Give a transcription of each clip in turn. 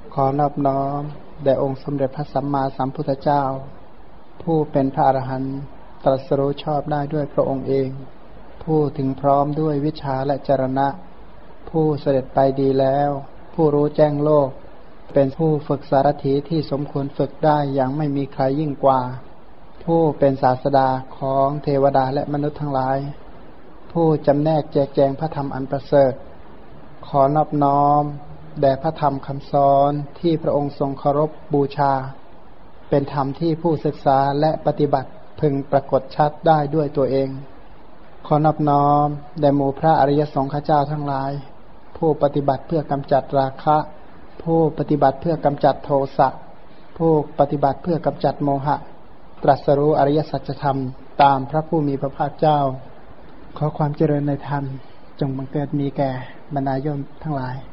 ขอนอบน้อมแด่องค์สมเด็จพระสัมมาสัมพุทธเจ้าผู้เป็นพระอรหันต์ตรัสรู้ชอบได้ด้วยพระองค์เองผู้ถึงพร้อมด้วยวิชชาและจรณะผู้เสด็จไปดีแล้วผู้รู้แจ้งโลกเป็นผู้ฝึกสารถีที่สมควรฝึกได้อย่างไม่มีใครยิ่งกว่าผู้เป็นศาสดาของเทวดาและมนุษย์ทั้งหลายผู้จำแนกแจกแจงพระธรรมอันประเสริฐขอนอบน้อมแด่พระธรรมคำสอนที่พระองค์ทรงเคารพบูชาเป็นธรรมที่ผู้ศึกษาและปฏิบัติพึงปรากฏชัดได้ด้วยตัวเองขอนอบน้อมแด่หมู่พระอริยสงฆ์เจ้าทั้งหลายผู้ปฏิบัติเพื่อกำจัดราคะผู้ปฏิบัติเพื่อกำจัดโทสะผู้ปฏิบัติเพื่อกำจัดโมหะตรัสรู้อริยสัจธรรมตามพระผู้มีพระภาคเจ้าขอความเจริญในธรรมจงบังเกิดมีแก่บรรดาโยมทั้งหลาย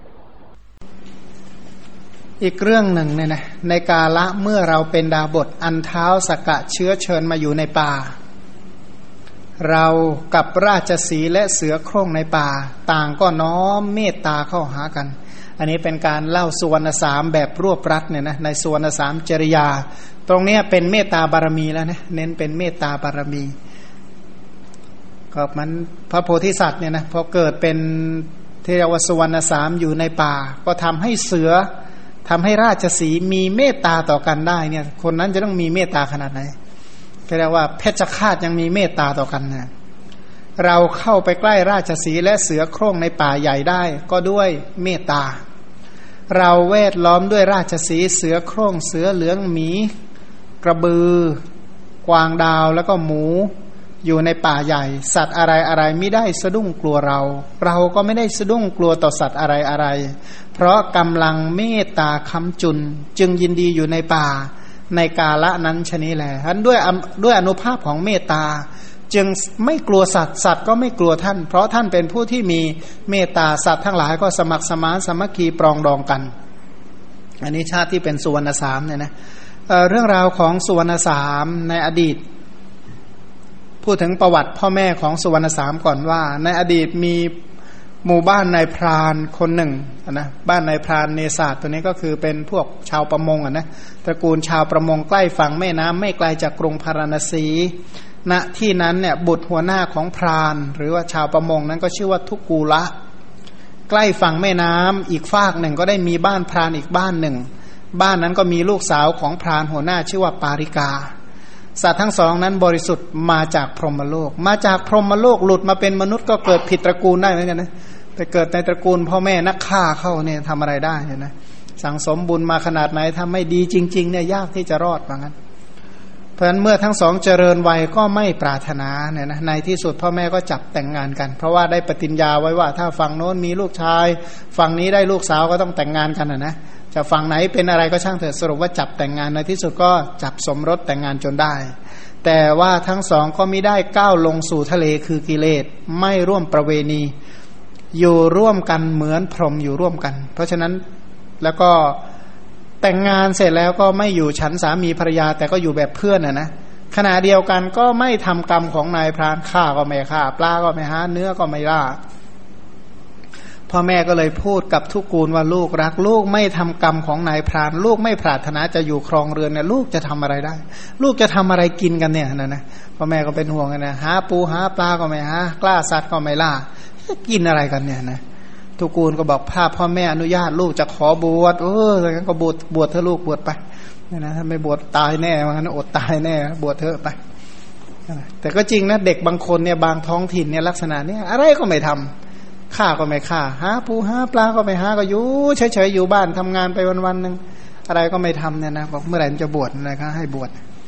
อีกเรื่องหนึ่งเนี่ยนะในกาละเมื่อเราเป็นดาบทอันเท้าสกะเชื้อเชิญมาอยู่ในป่าเรากับราชสีห์และเสือโคร่งในป่าต่างก็น้อมเมตตาเข้าหากันอันนี้เป็นการเล่าสุวรรณสามแบบรวบรัดเนี่ยนะในสุวรรณสามจริยาตรงนี้เป็นเมตตาบารมีแล้วนะเน้นเป็นเมตตาบารมีก็มันพระโพธิสัตว์เนี่ยนะพอเกิดเป็นเทวสุวรรณสามอยู่ในป่าก็ทำให้เสือทำให้ราชสีห์มีเมตตาต่อกันได้เนี่ยคนนั้นจะต้องมีเมตตาขนาดไหนก็เรียกว่าเพชฌฆาตยังมีเมตตาต่อกันนะเราเข้าไปใกล้ราชสีห์และเสือโคร่งในป่าใหญ่ได้ก็ด้วยเมตตาเราแวดล้อมด้วยราชสีห์เสือโคร่งเสือเหลืองหมีกระบือกวางดาวแล้วก็หมูอยู่ในป่าใหญ่สัตว์อะไรไม่ได้สะดุ้งกลัวเราก็ไม่ได้สะดุ้งกลัวต่อสัตว์อะไรเพราะกำลังเมตตาค้ำจุนจึงยินดีอยู่ในป่าในกาละนั้นชนี้แหละท่านด้วยอนุภาพของเมตตาจึงไม่กลัวสัตว์ก็ไม่กลัวท่านเพราะท่านเป็นผู้ที่มีเมตตาสัตว์ทั้งหลายก็สมัครสมานสามัคคีปรองดองกันอันนี้ชาติที่เป็นสุวรรณสามเนี่ยนะเรื่องราวของสุวรรณสามในอดีตพูดถึงประวัติพ่อแม่ของสุวรรณสามก่อนว่าในอดีตมีหมู่บ้านนายพรานคนหนึ่งนะบ้านนายพรานเนศาสตร์ตัวนี้ก็คือเป็นพวกชาวประมงนะตระกูลชาวประมงใกล้ฝั่งแม่น้ำไม่ไกลจากกรุงพาราณสีณที่นั้นเนี่ยบุตรหัวหน้าของพรานหรือว่าชาวประมงนั้นก็ชื่อว่าทุกูละใกล้ฝั่งแม่น้ำอีกฟากหนึ่งก็ได้มีบ้านพรานอีกบ้านหนึ่งบ้านนั้นก็มีลูกสาวของพรานหัวหน้าชื่อว่าปาริกาสัตว์ทั้งสองนั้นบริสุทธิ์มาจากพรหมโลกมาจากพรหมโลกหลุดมาเป็นมนุษย์ก็เกิดผิดตระกูลได้เหมือนกันนะแต่เกิดในตระกูลพ่อแม่นักฆ่าเข้าเนี่ยทำอะไรได้เนี่ยนะสั่งสมบุญมาขนาดไหนถ้าไม่ดีจริงๆเนี่ยยากที่จะรอดว่างั้นเพราะฉะนั้นเมื่อทั้งสองเจริญวัยก็ไม่ปรารถนาเนี่ยนะในที่สุดพ่อแม่ก็จับแต่งงานกันเพราะว่าได้ปฏิญญาไว้ว่าถ้าฝั่งโน้นมีลูกชายฝั่งนี้ได้ลูกสาวก็ต้องแต่งงานกันนะจะฝั่งไหนเป็นอะไรก็ช่างเถอะสรุปว่าจับแต่งงานในที่สุดก็จับสมรสแต่งงานจนได้แต่ว่าทั้งสองก็ไม่ได้ก้าวลงสู่ทะเลคือกิเลสไม่ร่วมประเวณีอยู่ร่วมกันเหมือนพรหมอยู่ร่วมกันเพราะฉะนั้นแล้วก็แต่งงานเสร็จแล้วก็ไม่อยู่ฉันสามีภรรยาแต่ก็อยู่แบบเพื่อนนะขณะเดียวกันก็ไม่ทำกรรมของนายพรานฆ่าก็ไม่ฆ่าปลาก็ไม่หาเนื้อก็ไม่ล่าพ่อแม่ก็เลยพูดกับทุกูลว่าลูกรักลูกไม่ทำกรรมของนายพรานลูกไม่ปรารถนาจะอยู่ครองเรือนเนี่ยลูกจะทำอะไรได้ลูกจะทำอะไรกินกันเนี่ยนะพ่อแม่ก็เป็นห่วงกันนะหาปูหาปลาก็ไม่หากล้าสัตว์ก็ไม่ล่ากินอะไรกันเนี่ยนะทุกูลก็บอกพ่อแม่อนุญาตลูกจะขอบวชอย่างนั้นก็บวชเถอะลูกบวชไปนะถ้าไม่บวชตายแน่ว่างั้นอดตายแน่บวชเถอะไปแต่ก็จริงนะเด็กบางคนเนี่ยบางท้องถิ่นเนี่ยลักษณะนี้อะไรก็ไม่ทำฆ่าก็ไม่ฆ่าหาปูหาปลาก็ไม่หาก็อยู่เฉยๆอยู่บ้านทำงานไปวันๆนึงอะไรก็ไม่ทำเนี่ยนะบอกเมื่อไหร่จะบวชนะครับให้บวช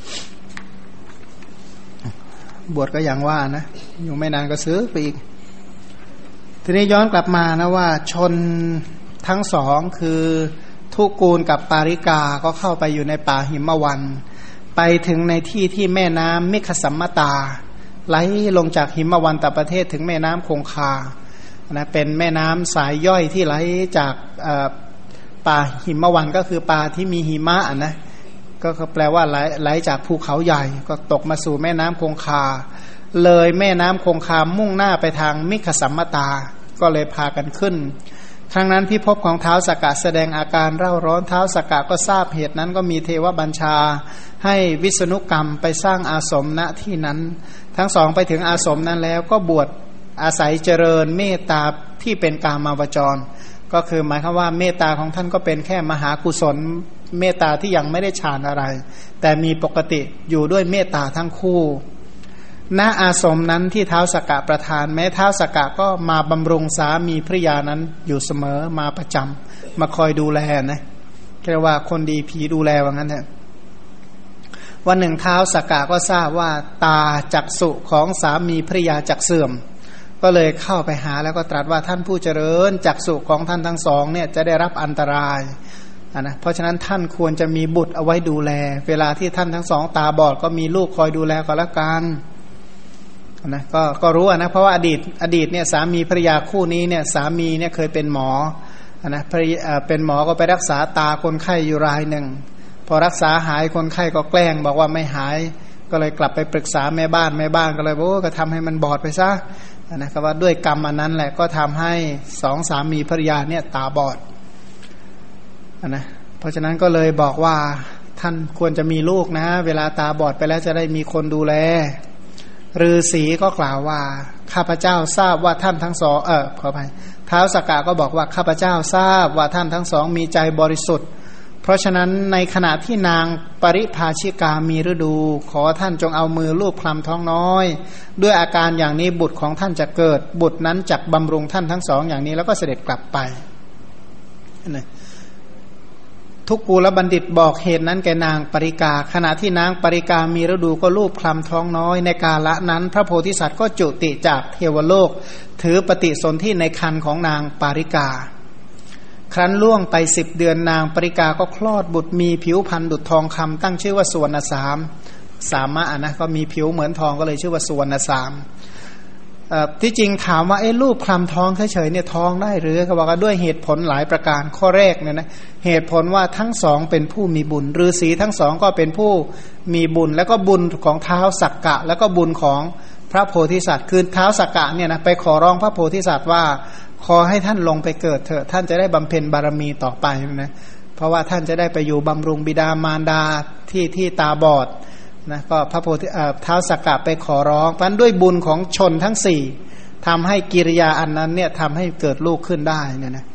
ก็อย่างว่านะอยู่ไม่นานก็ซื้อไปอีกทีนี้ย้อนกลับมานะว่าชนทั้งสองคือทุกูลกับปาริกาก็เข้าไปอยู่ในป่าหิมวันไปถึงในที่แม่น้ำมิขสัมมตาไหลลงจากหิมวันตประเทศถึงแม่น้ำคงคานะเป็นแม่น้ำสายย่อยที่ไหลจากป่าหิมวันก็คือป่าที่มีหิมะนะก็แปลว่าไหลจากภูเขาใหญ่ก็ตกมาสู่แม่น้ำคงคาเลยแม่น้ำคงคามุ่งหน้าไปทางมิขสัมมตาก็เลยพากันขึ้นครั้งนั้นพิภพของท้าวสักกะแสดงอาการเร่าร้อนท้าวสักกะก็ทราบเหตุนั้นก็มีเทวบัญชาให้วิษณุกรรมไปสร้างอาสมณที่นั้นทั้งสองไปถึงอาสมนั้นแล้วก็บวชอาศัยเจริญเมตตาที่เป็นกามาวจรก็คือหมายความว่าเมตตาของท่านก็เป็นแค่มหากุศลเมตตาที่ยังไม่ได้ฌานอะไรแต่มีปกติอยู่ด้วยเมตตาทั้งคู่ณอาสมนั้นที่ท้าวสักกะประทานแม้ท้าวสักกะก็มาบำรุงสามีภริยานั้นอยู่เสมอมาประจำมาคอยดูแลนะเรียกว่าคนดีผีดูแลว่างั้นเถอะวันหนึ่งท้าวสักกะก็ทราบว่าตาจักษุของสามีภริยาจักเสื่อมก็เลยเข้าไปหาแล้วก็ตรัสว่าท่านผู้เจริญจักษุของท่านทั้งสองเนี่ยจะได้รับอันตรายนะเพราะฉะนั้นท่านควรจะมีบุตรเอาไว้ดูแลเวลาที่ท่านทั้งสองตาบอดก็มีลูกคอยดูแลก็แล้วกันนะก็รู้นะเพราะว่าอดีตเนี่ยสามีภรรยาคู่นี้เนี่ยสามีเนี่ยเคยเป็นหมอนะเป็นหมอก็ไปรักษาตาคนไข้อยู่รายหนึ่งพอรักษาหายคนไข้ก็แกล้งบอกว่าไม่หายก็เลยกลับไปปรึกษาแม่บ้านก็เลยก็ทำให้มันบอดไปซะนะก็ว่าด้วยกรรมอันนั้นแหละก็ทำให้สองสามีภรรยาเนี่ยตาบอดนะเพราะฉะนั้นก็เลยบอกว่าท่านควรจะมีลูกนะเวลาตาบอดไปแล้วจะได้มีคนดูแลฤาษีก็กล่าวว่าข้าพเจ้าทราบว่าท่านทั้งสองขออภัยท้าวสักกะก็บอกว่าข้าพเจ้าทราบว่าท่านทั้งสองมีใจบริสุทธิ์เพราะฉะนั้นในขณะที่นางปริภาชิกามีฤดูขอท่านจงเอามือลูบคลำท้องน้อยด้วยอาการอย่างนี้บุตรของท่านจะเกิดบุตรนั้นจักบำรุงท่านทั้งสองอย่างนี้แล้วก็เสด็จกลับไปนะทุกกูลบัณฑิตบอกเหตุนั้นแก่นางปริกาขณะที่นางปริกามีฤดูก็ลูบคลำท้องน้อยในกาละนั้นพระโพธิสัตว์ก็จุติจากเทวโลกถือปฏิสนธิในครรภ์ของนางปริกาครั้นล่วงไป10 เดือนนางปริกาก็คลอดบุตรมีผิวพรรณดุจทองคำตั้งชื่อว่าสุวรรณสามะนะก็มีผิวเหมือนทองก็เลยชื่อว่าสุวรรณสามที่จริงถามว่าลูกคลำท้องเฉยๆเนี่ยท้องได้หรือเขาบอกว่าด้วยเหตุผลหลายประการข้อแรกเนี่ยนะเหตุผลว่าทั้งสองเป็นผู้มีบุญฤาษีทั้งสองก็เป็นผู้มีบุญแล้วก็บุญของท้าวสักกะแล้วก็บุญของพระโพธิสัตว์คือท้าวสักกะเนี่ยนะไปขอร้องพระโพธิสัตว์ว่าขอให้ท่านลงไปเกิดเถอะท่านจะได้บำเพ็ญบารมีต่อไปนะเพราะว่าท่านจะได้ไปอยู่บำรุงบิดามารดาที่ตาบอดนะก็พระโพธิท้าวสักกะไปขอร้องเพราะด้วยบุญของชนทั้งสี่ทำให้กิริยาอันนั้นเนี่ยทำให้เกิดลูกขึ้นได้เนี่ยนะ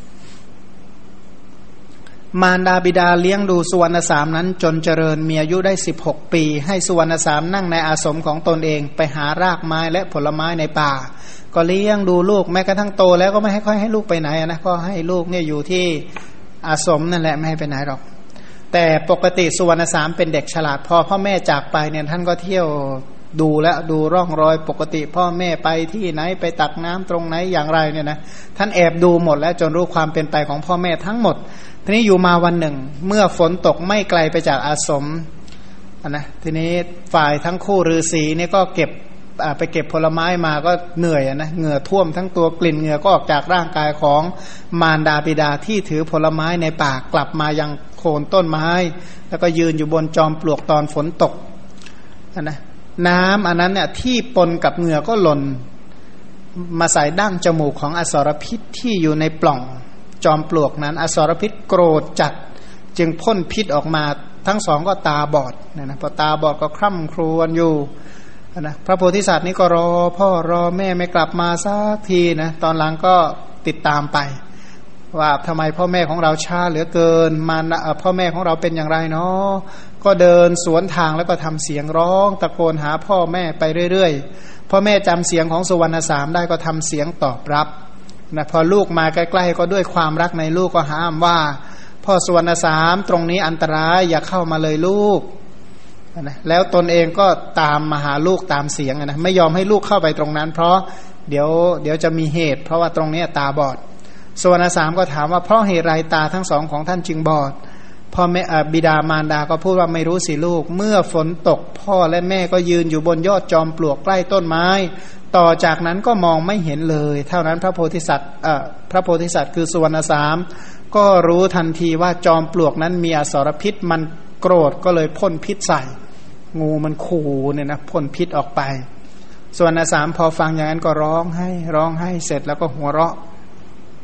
มารดาบิดาเลี้ยงดูสุวรรณสามนั้นจนเจริญมีอายุได้16 ปีให้สุวรรณสามนั่งในอาสมของตนเองไปหารากไม้และผลไม้ในป่าก็เลี้ยงดูลูกแม้กระทั่งโตแล้วก็ไม่ให้ค่อยให้ลูกไปไหนนะก็ให้ลูกเนี่ยอยู่ที่อาสมนั่นแหละไม่ให้ไปไหนหรอกแต่ปกติสุวรรณสามเป็นเด็กฉลาดพอพ่อแม่จากไปเนี่ยท่านก็เที่ยวดูและดูร่องรอยปกติพ่อแม่ไปที่ไหนไปตักน้ำตรงไหนอย่างไรเนี่ยนะท่านแอบดูหมดแล้วจนรู้ความเป็นไปของพ่อแม่ทั้งหมดทีนี้อยู่มาวันหนึ่งเมื่อฝนตกไม่ไกลไปจากอาสมนะทีนี้ฝ่ายทั้งคู่ฤาษีเนี่ยก็ไปเก็บผลไม้มาก็เหนื่อยนะเหงื่อท่วมทั้งตัวกลิ่นเหงื่อก็ออกจากร่างกายของมารดาบิดาที่ถือผลไม้ในป่ากลับมายังโคนต้นไม้แล้วก็ยืนอยู่บนจอมปลวกตอนฝนตกนะน้ำอันนั้นเนี่ยที่ปนกับเหงื่อก็หล่นมาใส่ดั้งจมูกของอสรพิษที่อยู่ในปล่องจอมปลวกนั้นอสรพิษโกรธจัดจึงพ่นพิษออกมาทั้งสองก็ตาบอดนะพอตาบอดก็คร่ำครวญอยู่นะพระโพธิสัตว์นี่ก็รอพ่อรอแม่ไม่กลับมาสักทีนะตอนหลังก็ติดตามไปว่าทำไมพ่อแม่ของเราช้าเหลือเกินมาพ่อแม่ของเราเป็นอย่างไรเนาะก็เดินสวนทางแล้วก็ทำเสียงร้องตะโกนหาพ่อแม่ไปเรื่อยๆพ่อแม่จำเสียงของสุวรรณสามได้ก็ทำเสียงตอบรับนะพอลูกมาใกล้ๆก็ด้วยความรักในลูกก็ห้ามว่าพ่อสุวรรณสามตรงนี้อันตรายอย่าเข้ามาเลยลูกนะแล้วตนเองก็ตามมาหาลูกตามเสียงนะไม่ยอมให้ลูกเข้าไปตรงนั้นเพราะเดี๋ยวจะมีเหตุเพราะว่าตรงนี้ตาบอดสุวรรณสามก็ถามว่าเพราะเหตุไรตาทั้งสองของท่านจึงบอดพ่อแม่บิดามารดาก็พูดว่าไม่รู้สิลูกเมื่อฝนตกพ่อและแม่ก็ยืนอยู่บนยอดจอมปลวกใกล้ต้นไม้ต่อจากนั้นก็มองไม่เห็นเลยเท่านั้นพระโพธิสัตว์คือสุวรรณสามก็รู้ทันทีว่าจอมปลวกนั้นมีอสรพิษมันโกรธก็เลยพ่นพิษใส่งูมันขู่เนี่ยนะพ่นพิษออกไปสุวรรณสามพอฟังอย่างนั้นก็ร้องให้เสร็จแล้วก็หัวเราะ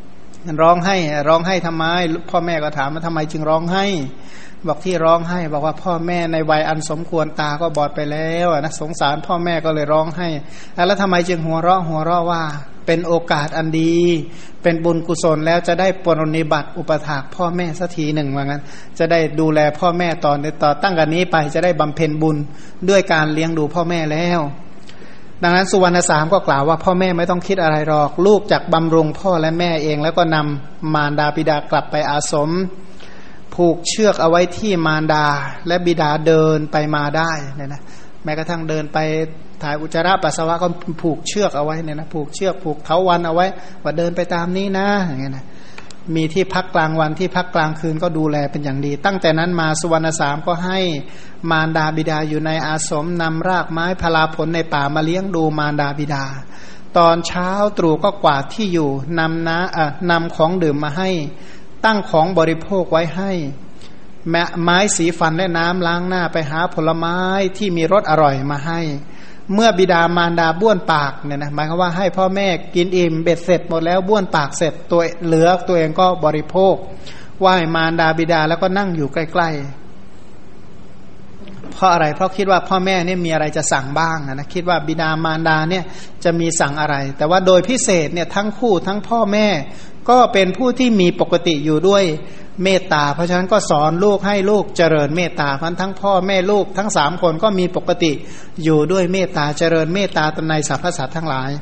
ร้องให้ทำไมพ่อแม่ก็ถามว่าทำไมจึงร้องให้บอกที่ร้องให้บอกว่าพ่อแม่ในวัยอันสมควรตาก็บอดไปแล้วนะสงสารพ่อแม่ก็เลยร้องให้แล้วทำไมจึงหัวเราะว่าเป็นโอกาสอันดีเป็นบุญกุศลแล้วจะได้ปรนนิบัติอุปถากพ่อแม่สักทีหนึ่งว่างั้นจะได้ดูแลพ่อแม่ต่อตั้งกันนี้ไปจะได้บำเพ็ญบุญด้วยการเลี้ยงดูพ่อแม่แล้วดังนั้นสุวรรณสามก็กล่าวว่าพ่อแม่ไม่ต้องคิดอะไรหรอกลูกจักบำรุงพ่อและแม่เองแล้วก็นำมารดาบิดากลับไปอาสมผูกเชือกเอาไว้ที่มารดาและบิดาเดินไปมาได้เนี่ยนะแม้กระทั่งเดินไปถ่ายอุจจาระปัสสาวะก็ผูกเชือกเอาไว้เนี่ยนะผูกเชือกผูกเถาวัลย์เอาไว้ว่าเดินไปตามนี้นะอย่างเงี้ยนะมีที่พักกลางวันที่พักกลางคืนก็ดูแลเป็นอย่างดีตั้งแต่นั้นมาสุวรรณสามก็ให้มารดาบิดาอยู่ในอาสมนำรากไม้พลาผลในป่ามาเลี้ยงดูมารดาบิดาตอนเช้าตรู่ก็กวาดที่อยู่นำของดื่มมาให้ตั้งของบริโภคไว้ให้ไม้สีฟันและน้ำล้างหน้าไปหาผลไม้ที่มีรสอร่อยมาให้เมื่อบิดามารดาบ้วนปากเนี่ยนะหมายความว่าให้พ่อแม่กินอิ่มเบ็ดเสร็จหมดแล้วบ้วนปากเสร็จตัวเหลือตัวเองก็บริโภคไหว้มารดาบิดาแล้วก็นั่งอยู่ใกล้ๆเพราะอะไรเพราะคิดว่าพ่อแม่เนี่ยมีอะไรจะสั่งบ้างนะคิดว่าบิดามารดาเนี่ยจะมีสั่งอะไรแต่ว่าโดยพิเศษเนี่ยทั้งคู่ทั้งพ่อแม่ก็เป็นผู้ที่มีปกติอยู่ด้วยเมตตาเพราะฉะนั้นก็สอนลูกให้ลูกเจริญเมตตาเพราะทั้งพ่อแม่ลูกทั้งสามคนก็มีปกติอยู่ด้วยเมตตาเจริญเมตตาในสรรพสัตว์ทั้งหลาย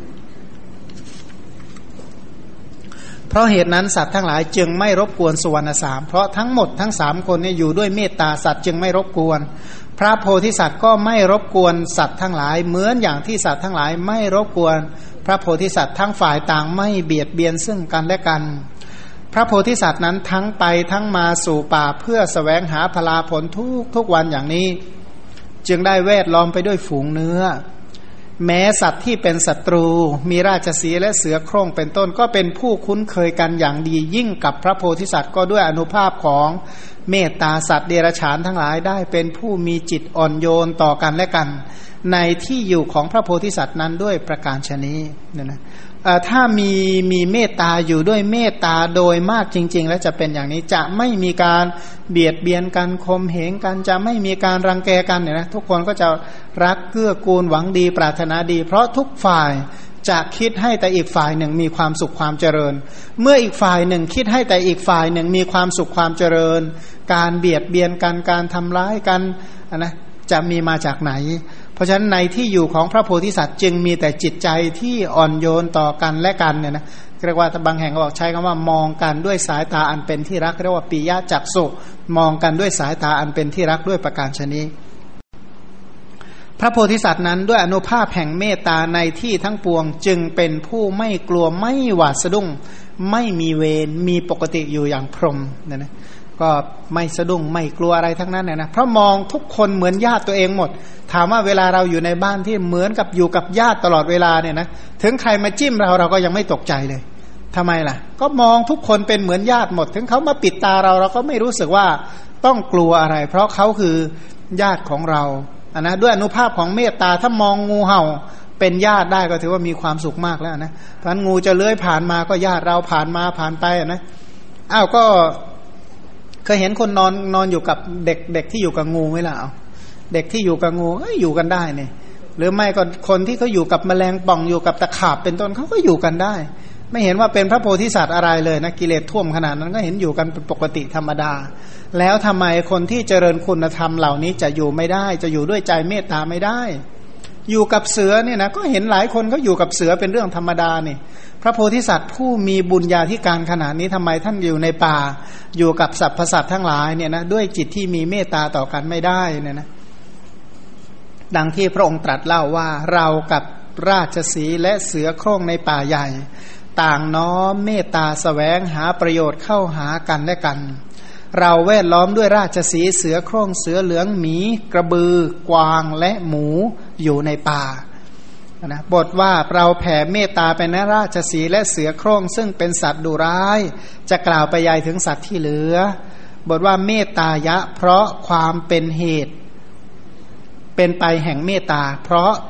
เพราะเหตุนั้นสัตว์ทั้งหลายจึงไม่รบกวนสุวรรณสามเพราะทั้งหมดทั้งสามคนเนี่ยอยู่ด้วยเมตตาสัตว์จึงไม่รบกวนพระโพธิสัตว์ก็ไม่รบกวนสัตว์ทั้งหลายเหมือนอย่างที่สัตว์ทั้งหลายไม่รบกวนพระโพธิสัตว์ทั้งฝ่ายต่างไม่เบียดเบียนซึ่งกันและกันพระโพธิสัตว์นั้นทั้งไปทั้งมาสู่ป่าเพื่อแสวงหาพลาผลทุกวันอย่างนี้จึงได้แวดล้อมไปด้วยฝูงเนื้อแม้สัตว์ที่เป็นศัตรูมีราชสีห์และเสือโคร่งเป็นต้นก็เป็นผู้คุ้นเคยกันอย่างดียิ่งกับพระโพธิสัตว์ก็ด้วยอานุภาพของเมตตาสัตว์เดรัจฉานทั้งหลายได้เป็นผู้มีจิตอ่อนโยนต่อกันและกันในที่อยู่ของพระโพธิสัตว์นั้นด้วยประการฉะนี้เนี่ยนะถ้ามีเมตตาอยู่ด้วยเมตตาโดยมากจริงๆแล้วจะเป็นอย่างนี้จะไม่มีการเบียดเบียนกันข่มเหงกันจะไม่มีการรังแกกันเนี่ยนะทุกคนก็จะรักเกื้อกูลหวังดีปรารถนาดีเพราะทุกฝ่ายจะคิดให้แต่อีกฝ่ายหนึ่งมีความสุขความเจริญเมื่ออีกฝ่ายหนึ่งคิดให้แต่อีกฝ่ายหนึ่งมีความสุขความเจริญการเบียดเบียนกันการทำร้ายกันนะจะมีมาจากไหนเพราะฉะนั้นในที่อยู่ของพระโพธิสัตว์จึงมีแต่จิตใจที่อ่อนโยนต่อกันและกันเนี่ยนะเรียกว่าบางแห่งก็บอกใช้คำว่ามองกันด้วยสายตาอันเป็นที่รักเรียกว่าปิยะจักษุมองกันด้วยสายตาอันเป็นที่รักด้วยประการฉะนี้พระโพธิสัตว์นั้นด้วยอนุภาพแห่งเมตตาในที่ทั้งปวงจึงเป็นผู้ไม่กลัวไม่หวาดสะดุ้งไม่มีเวรมีปกติอยู่อย่างพรหมเนี่ยนะก็ไม่สะดุ้งไม่กลัวอะไรทั้งนั้นนะเพราะมองทุกคนเหมือนญาติตัวเองหมดถามว่าเวลาเราอยู่ในบ้านที่เหมือนกับอยู่กับญาติตลอดเวลาเนี่ยนะถึงใครมาจิ้มเราก็ยังไม่ตกใจเลยทำไมล่ะก็มองทุกคนเป็นเหมือนญาติหมดถึงเขามาปิดตาเราก็ไม่รู้สึกว่าต้องกลัวอะไรเพราะเขาคือญาติของเรานะด้วยอนุภาพของเมตตาถ้ามองงูเห่าเป็นญาติได้ก็ถือว่ามีความสุขมากแล้วนะเพราะฉะนั้นงูจะเลื้อยผ่านมาก็ญาติเราผ่านมาผ่านไปนะอ้าวก็เคยเห็นคนนอนอยู่กับเด็กที่อยู่กับงูไหมล่ะเด็กที่อยู่กับงูอยู่กันได้เนี่ยหรือไม่ก็คนที่เขาอยู่กับแมลงป่องอยู่กับตะขาบเป็นต้นเขาก็อยู่กันได้ไม่เห็นว่าเป็นพระโพธิสัตว์อะไรเลยนะกิเลสท่วมขนาดนั้นก็เห็นอยู่กันเป็นปกติธรรมดาแล้วทำไมคนที่เจริญคุณธรรมเหล่านี้จะอยู่ไม่ได้จะอยู่ด้วยใจเมตตาไม่ได้อยู่กับเสือเนี่ยนะก็เห็นหลายคนเขาอยู่กับเสือเป็นเรื่องธรรมดานี่พระโพธิสัตว์ผู้มีบุญญาธิการขนาดนี้ทำไมท่านอยู่ในป่าอยู่กับสรรพสัตว์ทั้งหลายเนี่ยนะด้วยจิตที่มีเมตตาต่อกันไม่ได้เนี่ยนะดังที่พระองค์ตรัสเล่าว่าเรากับราชสีห์และเสือโคร่งในป่าใหญ่ต่างน้อมเมตตาแสวงหาประโยชน์เข้าหากันและกันเราแวดล้อมด้วยราชสีห์เสือโคร่งเสือเหลืองหมีกระบือกวางและหมูอยู่ในป่านะบทว่าเราแผ่เมตตาไปในราชสีห์และเสือโคร่งซึ่งเป็นสัตว์ดุร้ายจะกล่าวไปยายถึงสัตว์ที่เหลือบทว่าเมตตายะเพราะความเป็นเหตุเป็นไปแห่งเมตตาเพราะ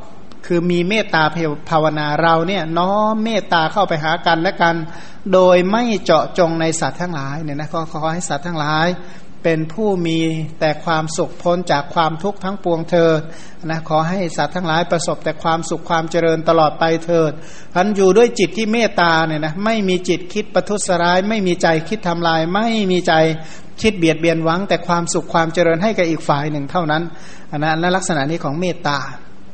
คือมีเมตตาภาวนาเราเนี่ยน้อมเมตตาเข้าไปหากันและกันโดยไม่เจาะจงในสัตว์ทั้งหลายเนี่ยนะก็ขอให้สัตว์ทั้งหลายเป็นผู้มีแต่ความสุขพ้นจากความทุกข์ทั้งปวงเถิดนะขอให้สัตว์ทั้งหลายประสบแต่ความสุขความเจริญตลอดไปเถิดท่านอยู่ด้วยจิตที่เมตตาเนี่ยนะไม่มีจิตคิดประทุษร้ายไม่มีใจคิดทำลายไม่มีใจคิดเบียดเบียนหวังแต่ความสุขความเจริญให้กับอีกฝ่ายหนึ่งเท่านั้นนะลักษณะนี้ของเมตตา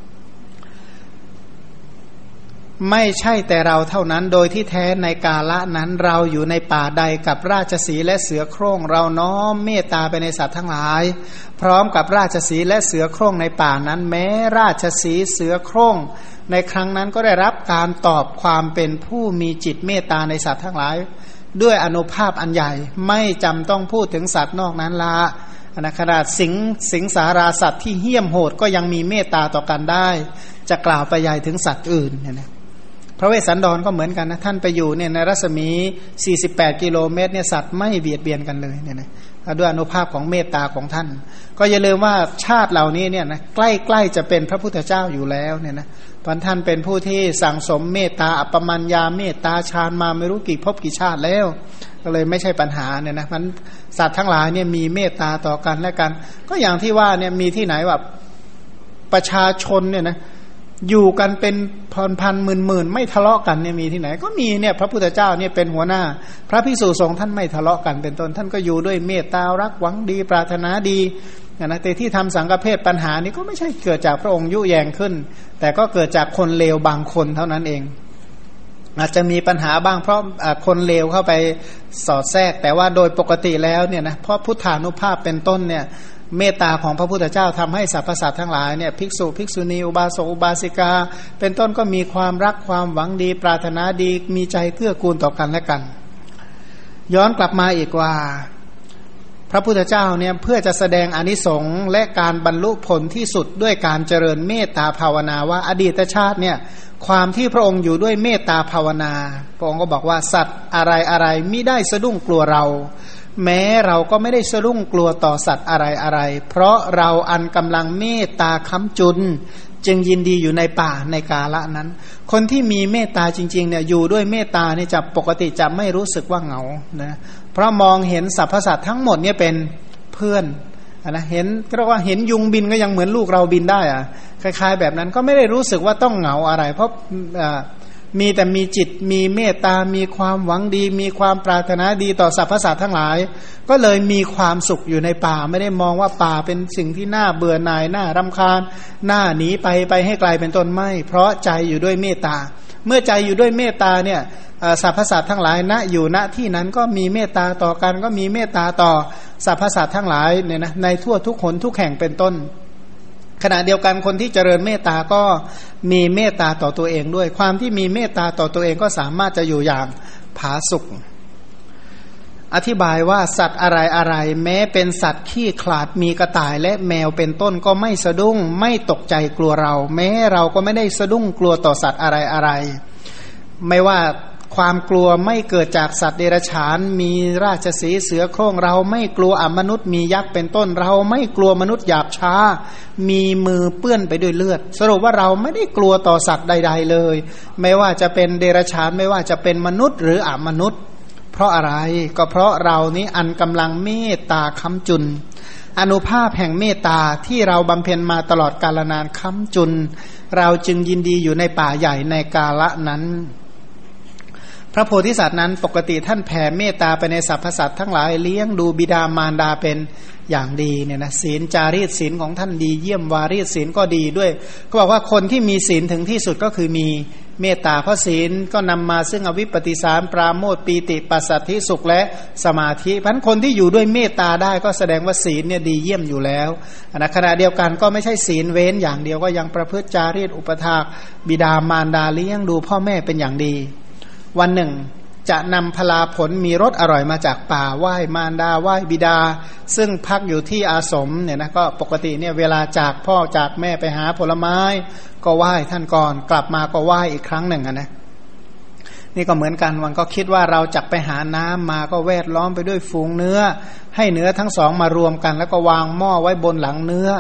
ไม่ใช่แต่เราเท่านั้นโดยที่แท้ในกาละนั้นเราอยู่ในป่าใดกับราชสีห์และเสือโคร่งเราน้อมเมตตาไปในสัตว์ทั้งหลายพร้อมกับราชสีห์และเสือโคร่งในป่านั้นแม้ราชสีห์เสือโคร่งในครั้งนั้นก็ได้รับการตอบความเป็นผู้มีจิตเมตตาในสัตว์ทั้งหลายด้วยอานุภาพอันใหญ่ไม่จำต้องพูดถึงสัตว์นอกนั้นละขนาดสิงสาราสัตว์ที่เหี้ยมโหดก็ยังมีเมตตาต่อกันได้จะกล่าวไปใหญ่ถึงสัตว์อื่นเนี่ยพระเวสสันดรก็เหมือนกันนะท่านไปอยู่เนี่ยในรัศมี48กิโลเมตรเนี่ยสัตว์ไม่เบียดเบียนกันเลยเนี่ยนะด้วยอนุภาพของเมตตาของท่านก็อย่าลืมว่าชาติเหล่านี้เนี่ยนะใกล้ๆจะเป็นพระพุทธเจ้าอยู่แล้วเนี่ยนะเพราะท่านเป็นผู้ที่สั่งสมเมตตาอัปปมัญญาเมตตาฌานมาไม่รู้กี่ภพกี่ชาติแล้วก็เลยไม่ใช่ปัญหาเนี่ยนะมันสัตว์ทั้งหลายเนี่ยมีเมตตาต่อกันและกันก็อย่างที่ว่าเนี่ยมีที่ไหนแบบประชาชนเนี่ยนะอยู่กันเป็นพันหมื่นไม่ทะเลาะกันเนี่ยมีที่ไหนก็มีเนี่ยพระพุทธเจ้าเนี่ยเป็นหัวหน้าพระภิกษุสงฆ์ท่านไม่ทะเลาะกันเป็นต้นท่านก็อยู่ด้วยเมตตารักหวังดีปรารถนาดีนะแต่ที่ทำสังฆเพศปัญหานี้ก็ไม่ใช่เกิดจากพระองค์ยุแยงขึ้นแต่ก็เกิดจากคนเลวบางคนเท่านั้นเองอาจจะมีปัญหาบ้างเพราะคนเลวเข้าไปสอดแทรกแต่ว่าโดยปกติแล้วเนี่ยนะเพราะพุทธานุภาพเป็นต้นเนี่ยเมตตาของพระพุทธเจ้าทำให้สรรพสัตว์ทั้งหลายเนี่ยภิกษุภิกษุณีอุบาสกอุบาสิกาเป็นต้นก็มีความรักความหวังดีปรารถนาดีมีใจเกื้อกูลต่อกันและกันย้อนกลับมาอีกว่าพระพุทธเจ้าเนี่ยเพื่อจะแสดงอานิสงส์และการบรรลุผลที่สุดด้วยการเจริญเมตตาภาวนาว่าอดีตชาติเนี่ยความที่พระองค์อยู่ด้วยเมตตาภาวนาพระองค์ก็บอกว่าสัตว์อะไรมิได้สะดุ้งกลัวเราแม้เราก็ไม่ได้สะดุ้งกลัวต่อสัตว์อะไรเพราะเราอันกำลังเมตตาค้ำจุนจึงยินดีอยู่ในป่าในกาละนั้นคนที่มีเมตตาจริงๆเนี่ยอยู่ด้วยเมตตาเนี่ยจะปกติจะไม่รู้สึกว่าเหงานะเพราะมองเห็นสรรพสัตว์ทั้งหมดเนี่ยเป็นเพื่อนนะเห็นก็เรียกว่าเห็นยุงบินก็ยังเหมือนลูกเราบินได้อะคล้ายๆแบบนั้นก็ไม่ได้รู้สึกว่าต้องเหงาอะไรเพราะมีแต่มีจิตมีเมตตามีความหวังดีมีความปรารถนาดีต่อสรรพสัตว์ทั้งหลายก็เลยมีความสุขอยู่ในป่าไม่ได้มองว่าป่าเป็นสิ่งที่น่าเบื่อหน่ายน่ารำคาญน่าหนีไปให้ไกลเป็นต้นไม่เพราะใจอยู่ด้วยเมตตาเมื่อใจอยู่ด้วยเมตตาเนี่ยสรรพสัตว์ทั้งหลายณอยู่ณที่นั้นก็มีเมตตาต่อกันก็มีเมตตาต่อสรรพสัตว์ทั้งหลายเนี่ยนะในทั่วทุกหนทุกแห่งเป็นต้นขณะเดียวกันคนที่เจริญเมตตาก็มีเมตตาต่อตัวเองด้วยความที่มีเมตตาต่อตัวเองก็สามารถจะอยู่อย่างผาสุกอธิบายว่าสัตว์อะไรแม้เป็นสัตว์ขี้ขลาดมีกระต่ายและแมวเป็นต้นก็ไม่สะดุ้งไม่ตกใจกลัวเราแม้เราก็ไม่ได้สะดุ้งกลัวต่อสัตว์อะไรไม่ว่าความกลัวไม่เกิดจากสัตว์เดรัจฉานมีราชสีห์เสือโคร่งเราไม่กลัวอมนุษย์มียักษ์เป็นต้นเราไม่กลัวมนุษย์หยาบช้ามีมือเปื้อนไปด้วยเลือดสรุปว่าเราไม่ได้กลัวต่อสัตว์ใดๆเลยไม่ว่าจะเป็นเดรัจฉานไม่ว่าจะเป็นมนุษย์หรืออมนุษย์เพราะอะไรก็เพราะเรานี้อันกำลังเมตตาค้ำจุนอานุภาพแห่งเมตตาที่เราบำเพ็ญมาตลอดกาลนานค้ำจุนเราจึงยินดีอยู่ในป่าใหญ่ในกาละนั้นพระโพธิสัตว์นั้นปกติท่านแผ่เมตตาไปในสรรพสัตว์ทั้งหลายเลี้ยงดูบิดามารดาเป็นอย่างดีเนี่ยนะศีลจารีตศีลของท่านดีเยี่ยมวารีตศีลก็ดีด้วยก็บอกว่าคนที่มีศีลถึงที่สุดก็คือมีเมตตาเพราะศีลก็นำมาซึ่งอวิปปติสารปราโมทย์ปีติปัสสัทธิสุขและสมาธิเพราะฉะนั้นคนที่อยู่ด้วยเมตตาได้ก็แสดงว่าศีลเนี่ยดีเยี่ยมอยู่แล้วนะขณะเดียวกันก็ไม่ใช่ศีลเว้นอย่างเดียวก็ยังประพฤติจารีตอุปถากบิดามารดาเลี้ยงดูพ่อแม่เป็นอย่างดีวันหนึ่งจะนำพลาผลมีรสอร่อยมาจากป่าไหว้มารดาไหว้บิดาซึ่งพักอยู่ที่อาสมเนี่ยนะก็ปกติเนี่ยเวลาจากพ่อจากแม่ไปหาผลไม้ก็ไหว้ท่านก่อนกลับมาก็ไหว้อีกครั้งหนึ่งนะนี่ก็เหมือนกันวันก็คิดว่าเราจักไปหาน้ำมาก็แวดล้อมไปด้วยฝูงเนื้อให้เนื้อทั้งสองมารวมกันแล้วก็วางหม้อไว้บนหลังเนื้อ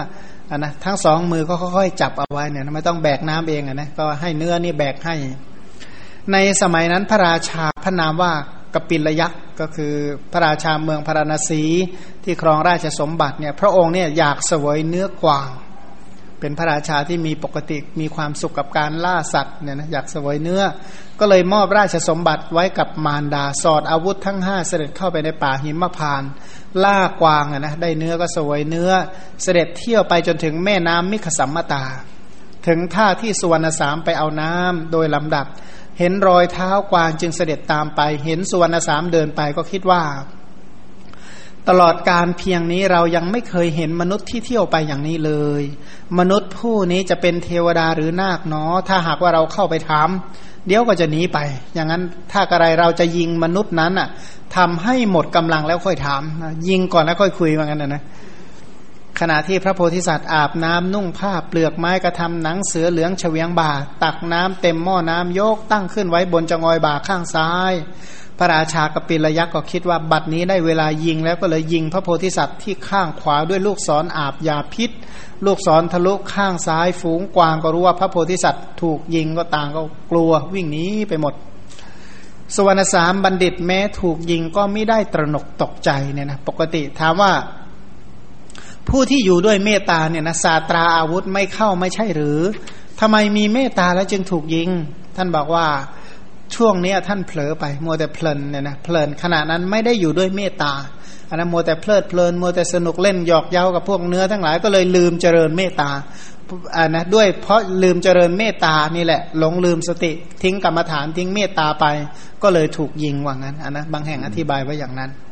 นะทั้งสองมือก็ค่อยๆจับเอาไว้เนี่ยไม่ต้องแบกน้ำเองนะก็ให้เนื้อนี่แบกให้ในสมัยนั้นพระราชาพระนามว่ากปิลยักษ์ก็คือพระราชาเมืองพาราณสีที่ครองราชสมบัติเนี่ยพระองค์เนี่ยอยากเสวยเนื้อกวางเป็นพระราชาที่มีปกติมีความสุขกับการล่าสัตว์เนี่ยนะอยากเสวยเนื้อก็เลยมอบราชสมบัติไว้กับมารดาสอดอาวุธทั้ง5เสด็จเข้าไปในป่าหิมพานต์ล่ากวางนะได้เนื้อก็เสวยเนื้อเสด็จเที่ยวไปจนถึงแม่น้ำมิขสัมมตาถึงท่าที่สุวรรณสามไปเอาน้ำโดยลำดับเห็นรอยเท้ากวางจึงเสด็จตามไปเห็นสุวรรณสามเดินไปก็คิดว่าตลอดการเพียงนี้เรายังไม่เคยเห็นมนุษย์ที่เที่ยวไปอย่างนี้เลยมนุษย์ผู้นี้จะเป็นเทวดาหรือนาคเนาะถ้าหากว่าเราเข้าไปถามเดี๋ยวก็จะหนีไปอย่างนั้นถ้าอะไรเราจะยิงมนุษย์นั้นอ่ะทำให้หมดกำลังแล้วค่อยถามยิงก่อนแล้วค่อยคุยว่างั้นนะขณะที่พระโพธิสัตว์อาบน้ำนุ่งผ้าเปลือกไม้กระทำหนังเสือเหลืองเฉวียงบ่าตักน้ำเต็มหม้อน้ำยกตั้งขึ้นไว้บนจงอยบ่าข้างซ้ายพระราชากปิลยักษ์ก็คิดว่าบัดนี้ได้เวลายิงแล้วก็เลยยิงพระโพธิสัตว์ที่ข้างขวาด้วยลูกศรอาบยาพิษลูกศรทะลุข้างซ้ายฝูงกวางก็รู้ว่าพระโพธิสัตว์ถูกยิงก็ต่างก็กลัววิ่งหนีไปหมดสุวรรณสามบัณฑิตแม้ถูกยิงก็ไม่ได้ตระหนกตกใจเนี่ยนะปกติถามว่าผู้ที่อยู่ด้วยเมตตาเนี่ยนะศาสตราอาวุธไม่เข้าไม่ใช่หรือทำไมมีเมตตาแล้วจึงถูกยิงท่านบอกว่าช่วงนี้ท่านเผลอไปมัวแต่เพลินเนี่ยนะเพลินขณะนั้นไม่ได้อยู่ด้วยเมตตาอันนั้นมัวแต่เพลิดเพลินมัวแต่สนุกเล่นหยอกเย้ากับพวกเนื้อทั้งหลายก็เลยลืมเจริญเมตตานะด้วยเพราะลืมเจริญเมตตานี่แหละหลงลืมสติทิ้งกรรมฐานทิ้งเมตตาไปก็เลยถูกยิงว่างั้นอันนะบางแห่งอธิบายไว้อย่างนั้น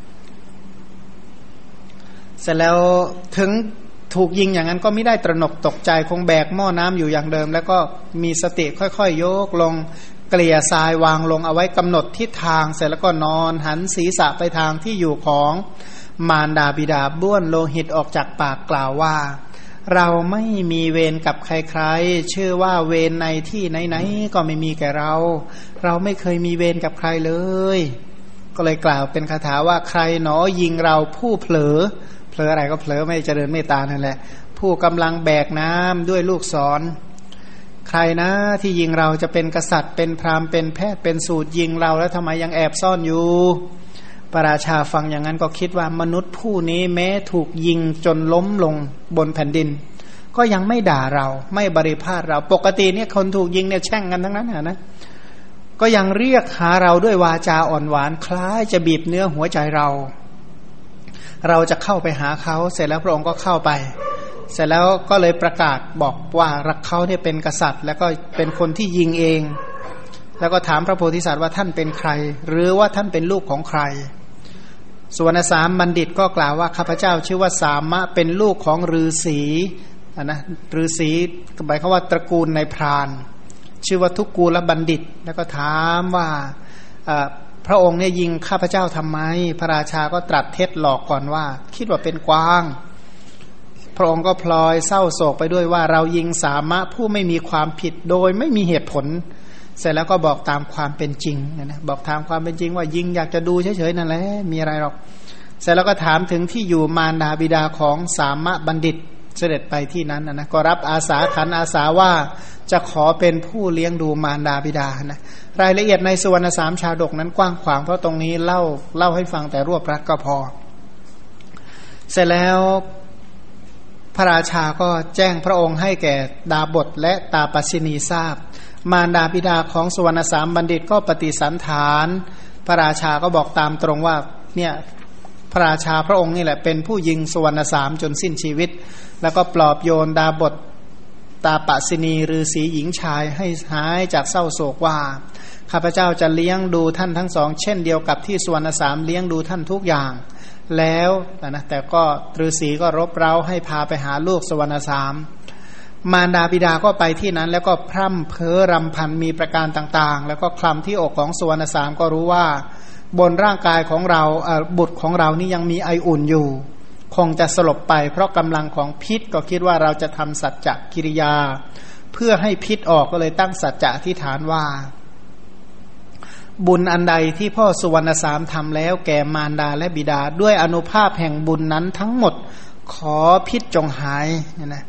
เสร็จแล้วถึงถูกยิงอย่างนั้นก็ไม่ได้ตระหนกตกใจคงแบกหม้อน้ำอยู่อย่างเดิมแล้วก็มีสติค่อยๆยกลงเกลี่ยทรายวางลงเอาไว้กำหนดทิศทางเสร็จแล้วก็นอนหันศีรษะไปทางที่อยู่ของมารดาบิดาบ้วนโลหิตออกจากปากกล่าวว่าเราไม่มีเวรกับใครๆชื่อว่าเวรในที่ไหนๆก็ไม่มีแก่เราไม่เคยมีเวรกับใครเลยก็เลยกล่าวเป็นคาถาว่าใครหนอยิงเราผู้เผลออะไรก็เผลอไม่เจริญเมตตานั่นแหละผู้กำลังแบกน้ำด้วยลูกศรใครนะที่ยิงเราจะเป็นกษัตริย์เป็นพราหมณ์เป็นแพทย์เป็นสูตรยิงเราแล้วทำไมยังแอบซ่อนอยู่พระราชาฟังอย่างนั้นก็คิดว่ามนุษย์ผู้นี้แม้ถูกยิงจนล้มลงบนแผ่นดินก็ยังไม่ด่าเราไม่บริพาทเราปกติเนี่ยคนถูกยิงเนี่ยแช่งกันทั้งนั้นนะก็ยังเรียกหาเราด้วยวาจาอ่อนหวานคล้ายจะบีบเนื้อหัวใจเราจะเข้าไปหาเขาเสร็จแล้วพระองค์ก็เข้าไปเสร็จแล้วก็เลยประกาศบอกว่ารักเขาเนี่ยเป็นกษัตริย์แล้วก็เป็นคนที่ยิงเองแล้วก็ถามพระโพธิสัตว์ว่าท่านเป็นใครหรือว่าท่านเป็นลูกของใครสุวรรณสามบัณฑิตก็กล่าวว่าข้าพเจ้าชื่อว่าสามะเป็นลูกของฤาษีนะฤาษีหมายความว่าตระกูลในพรานชื่อว่าทุกกูลบัณฑิตแล้วก็ถามว่าพระองค์เนี่ยยิงข้าพเจ้าทำไมพระราชาก็ตรัสเท็จหลอกก่อนว่าคิดว่าเป็นกวางพระองค์ก็พลอยเศร้าโศกไปด้วยว่าเรายิงสามะผู้ไม่มีความผิดโดยไม่มีเหตุผลเสร็จแล้วก็บอกตามความเป็นจริงนะบอกตามความเป็นจริงว่ายิงอยากจะดูเฉยๆนั่นแหละมีอะไรหรอกเสร็จแล้วก็ถามถึงที่อยู่มารดาบิดาของสามะบัณฑิตเสด็จไปที่นั้นนะก็รับอาสาขันอาสาว่าจะขอเป็นผู้เลี้ยงดูมารดาบิดานะรายละเอียดในสุวรรณสามชาดกนั้นกว้างขวางเพราะตรงนี้เล่าให้ฟังแต่รวบรัดก็พอเสร็จแล้วพระราชาก็แจ้งพระองค์ให้แก่ดาบทและตาปัสสินีทราบมารดาบิดาของสุวรรณสามบัณฑิตก็ปฏิสันถานพระราชาก็บอกตามตรงว่าเนี่ยพระราชาพระองค์นี่แหละเป็นผู้ยิงสุวรรณสามจนสิ้นชีวิตแล้วก็ปลอบโยนดาบทตาปัสสินีฤาษีหญิงชายให้หายจากเศร้าโศกว่าข้าพเจ้าจะเลี้ยงดูท่านทั้งสองเช่นเดียวกับที่สุวรรณสามเลี้ยงดูท่านทุกอย่างแล้วนะแต่ก็ฤาษีก็รบเร้าให้พาไปหาลูกสุวรรณสามมารดาบิดาก็ไปที่นั้นแล้วก็พร่ำเพ้อรำพันมีประการต่างๆแล้วก็คลำที่อกของสุวรรณสามก็รู้ว่าบนร่างกายของเราบุตรของเรานี่ยังมีไออุ่นอยู่คงจะสลบไปเพราะกำลังของพิษก็คิดว่าเราจะทำสัจจกิริยาเพื่อให้พิษออกก็เลยตั้งสัจจะอธิษฐานว่าบุญอันใดที่พ่อสุวรรณสามทำแล้วแก่มารดาและบิดาด้วยอานุภาพแห่งบุญนั้นทั้งหมดขอพิษจงหายนะ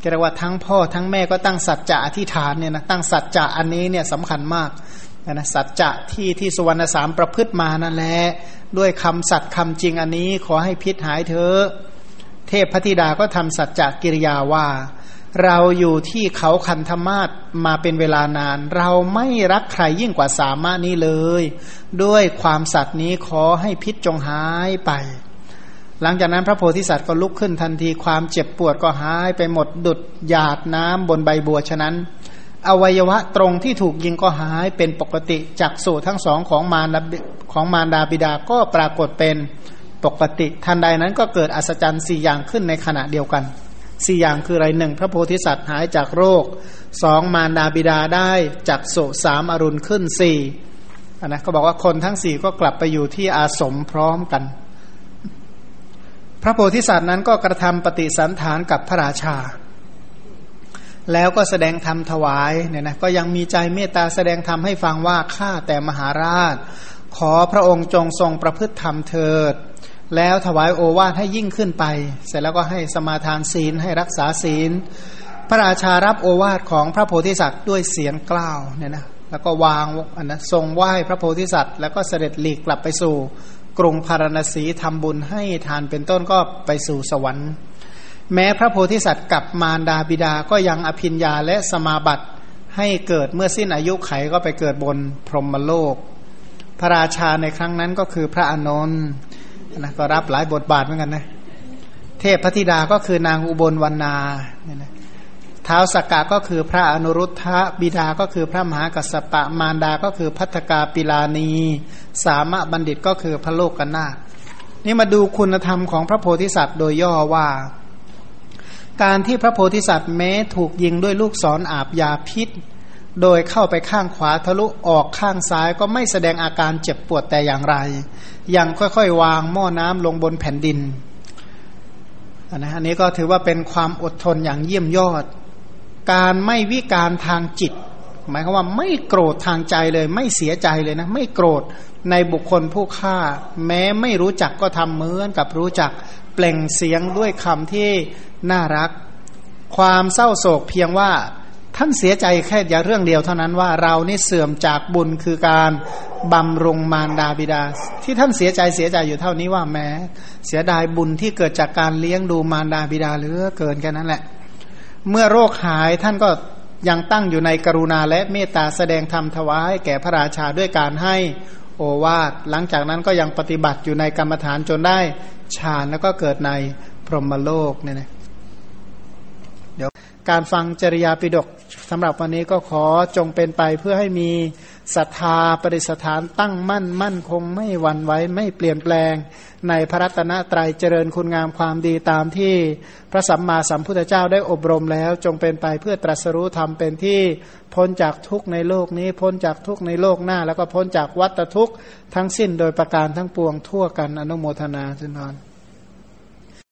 เรียกว่าทั้งพ่อทั้งแม่ก็ตั้งสัจจะอธิษฐานเนี่ยนะตั้งสัจจะอันนี้เนี่ยสำคัญมากนะสัจจะที่สุวรรณสามประพฤติมานั่นแหละด้วยคำสัตย์คำจริงอันนี้ขอให้พิษหายเถอะเทพพธิดาก็ทำสัจจะกิริยาว่าเราอยู่ที่เขาคันธมาศมาเป็นเวลานานเราไม่รักใครยิ่งกว่าสามะนี้เลยด้วยความสัตย์นี้ขอให้พิษจงหายไปหลังจากนั้นพระโพธิสัตว์ก็ลุกขึ้นทันทีความเจ็บปวดก็หายไปหมดดุจหยาดน้ำบนใบบัวฉะนั้นอวัยวะตรงที่ถูกยิงก็หายเป็นปกติจักษุทั้งสองของมารดาบิดาก็ปรากฏเป็นปกติทันใดนั้นก็เกิดอัศจรรย์4อย่างขึ้นในขณะเดียวกัน4อย่างคืออะไร1พระโพธิสัตว์หายจากโรค2มารดาบิดาได้จักษุ3อรุณขึ้น4นะก็บอกว่าคนทั้ง4ก็กลับไปอยู่ที่อาสมพร้อมกันพระโพธิสัตว์นั้นก็กระทำปฏิสันถานกับพระราชาแล้วก็แสดงธรรมถวายเนี่ยนะก็ยังมีใจเมตตาแสดงธรรมให้ฟังว่าข้าแต่มหาราชขอพระองค์จงทรงประพฤติธรรมเถิดแล้วถวายโอวาทให้ยิ่งขึ้นไปเสร็จแล้วก็ให้สมาทานศีลให้รักษาศีลพระราชารับโอวาทของพระโพธิสัตว์ด้วยเสียงกล้าวเนี่ยนะแล้วก็วางทรงไหว้พระโพธิสัตว์แล้วก็เสด็จหลีกกลับไปสู่กรุงพาราณสีทำบุญให้ทานเป็นต้นก็ไปสู่สวรรค์แม้พระโพธิสัตว์กับมารดาบิดาก็ยังอภิญญาและสมาบัติให้เกิดเมื่อสิ้นอายุไขก็ไปเกิดบนพรหมโลกพระราชาในครั้งนั้นก็คือพระอานนท์นะก็รับหลายบทบาทเหมือนกันนะเทพพธิดาก็คือนางอุบลวรรณาเนี่ยนะท้าวสักกะก็คือพระอนุรุทธะบิดาก็คือพระมหากัสสปะมารดาก็คือภัทกาปิลานีสามะบัณฑิตก็คือพระโลกนาถนี่มาดูคุณธรรมของพระโพธิสัตว์โดยย่อว่าการที่พระโพธิสัตว์แม้ถูกยิงด้วยลูกศรอาบยาพิษโดยเข้าไปข้างขวาทะลุออกข้างซ้ายก็ไม่แสดงอาการเจ็บปวดแต่อย่างไรยังค่อยๆวางหม้อน้ำลงบนแผ่นดินอันนี้ก็ถือว่าเป็นความอดทนอย่างเยี่ยมยอดการไม่วิการทางจิตหมายความว่าไม่โกรธทางใจเลยไม่เสียใจเลยนะไม่โกรธในบุคคลผู้ฆ่าแม้ไม่รู้จักก็ทำเหมือนกับรู้จักเปล่งเสียงด้วยคำที่น่ารักความเศร้าโศกเพียงว่าท่านเสียใจแค่อย่างเรื่องเดียวเท่านั้นว่าเรานี่เสื่อมจากบุญคือการบำรุงมารดาบิดาที่ท่านเสียใจอยู่เท่านี้ว่าแม้เสียดายบุญที่เกิดจากการเลี้ยงดูมารดาบิดาเหลือเกินแค่นั้นแหละเมื่อโรคหายท่านก็ยังตั้งอยู่ในกรุณาและเมตตาแสดงธรรมถวายแก่พระราชาด้วยการให้โอวาทหลังจากนั้นก็ยังปฏิบัติอยู่ในกรรมฐานจนได้ฌานแล้วก็เกิดในพรหมโลกเนี่ยนะเดี๋ยวการฟังจริยาปิฎกสำหรับวันนี้ก็ขอจงเป็นไปเพื่อให้มีศรัทธาปฏิสถานตั้งมั่นคงไม่หวั่นไหวไม่เปลี่ยนแปลงในพระรัตนตรัยเจริญคุณงามความดีตามที่พระสัมมาสัมพุทธเจ้าได้อบรมแล้วจงเป็นไปเพื่อตรัสรู้ธรรมเป็นที่พ้นจากทุกข์ในโลกนี้พ้นจากทุกข์ในโลกหน้าแล้วก็พ้นจากวัฏทุกข์ทั้งสิ้นโดยประการทั้งปวงทั่วกันอนุโมทนาสินทร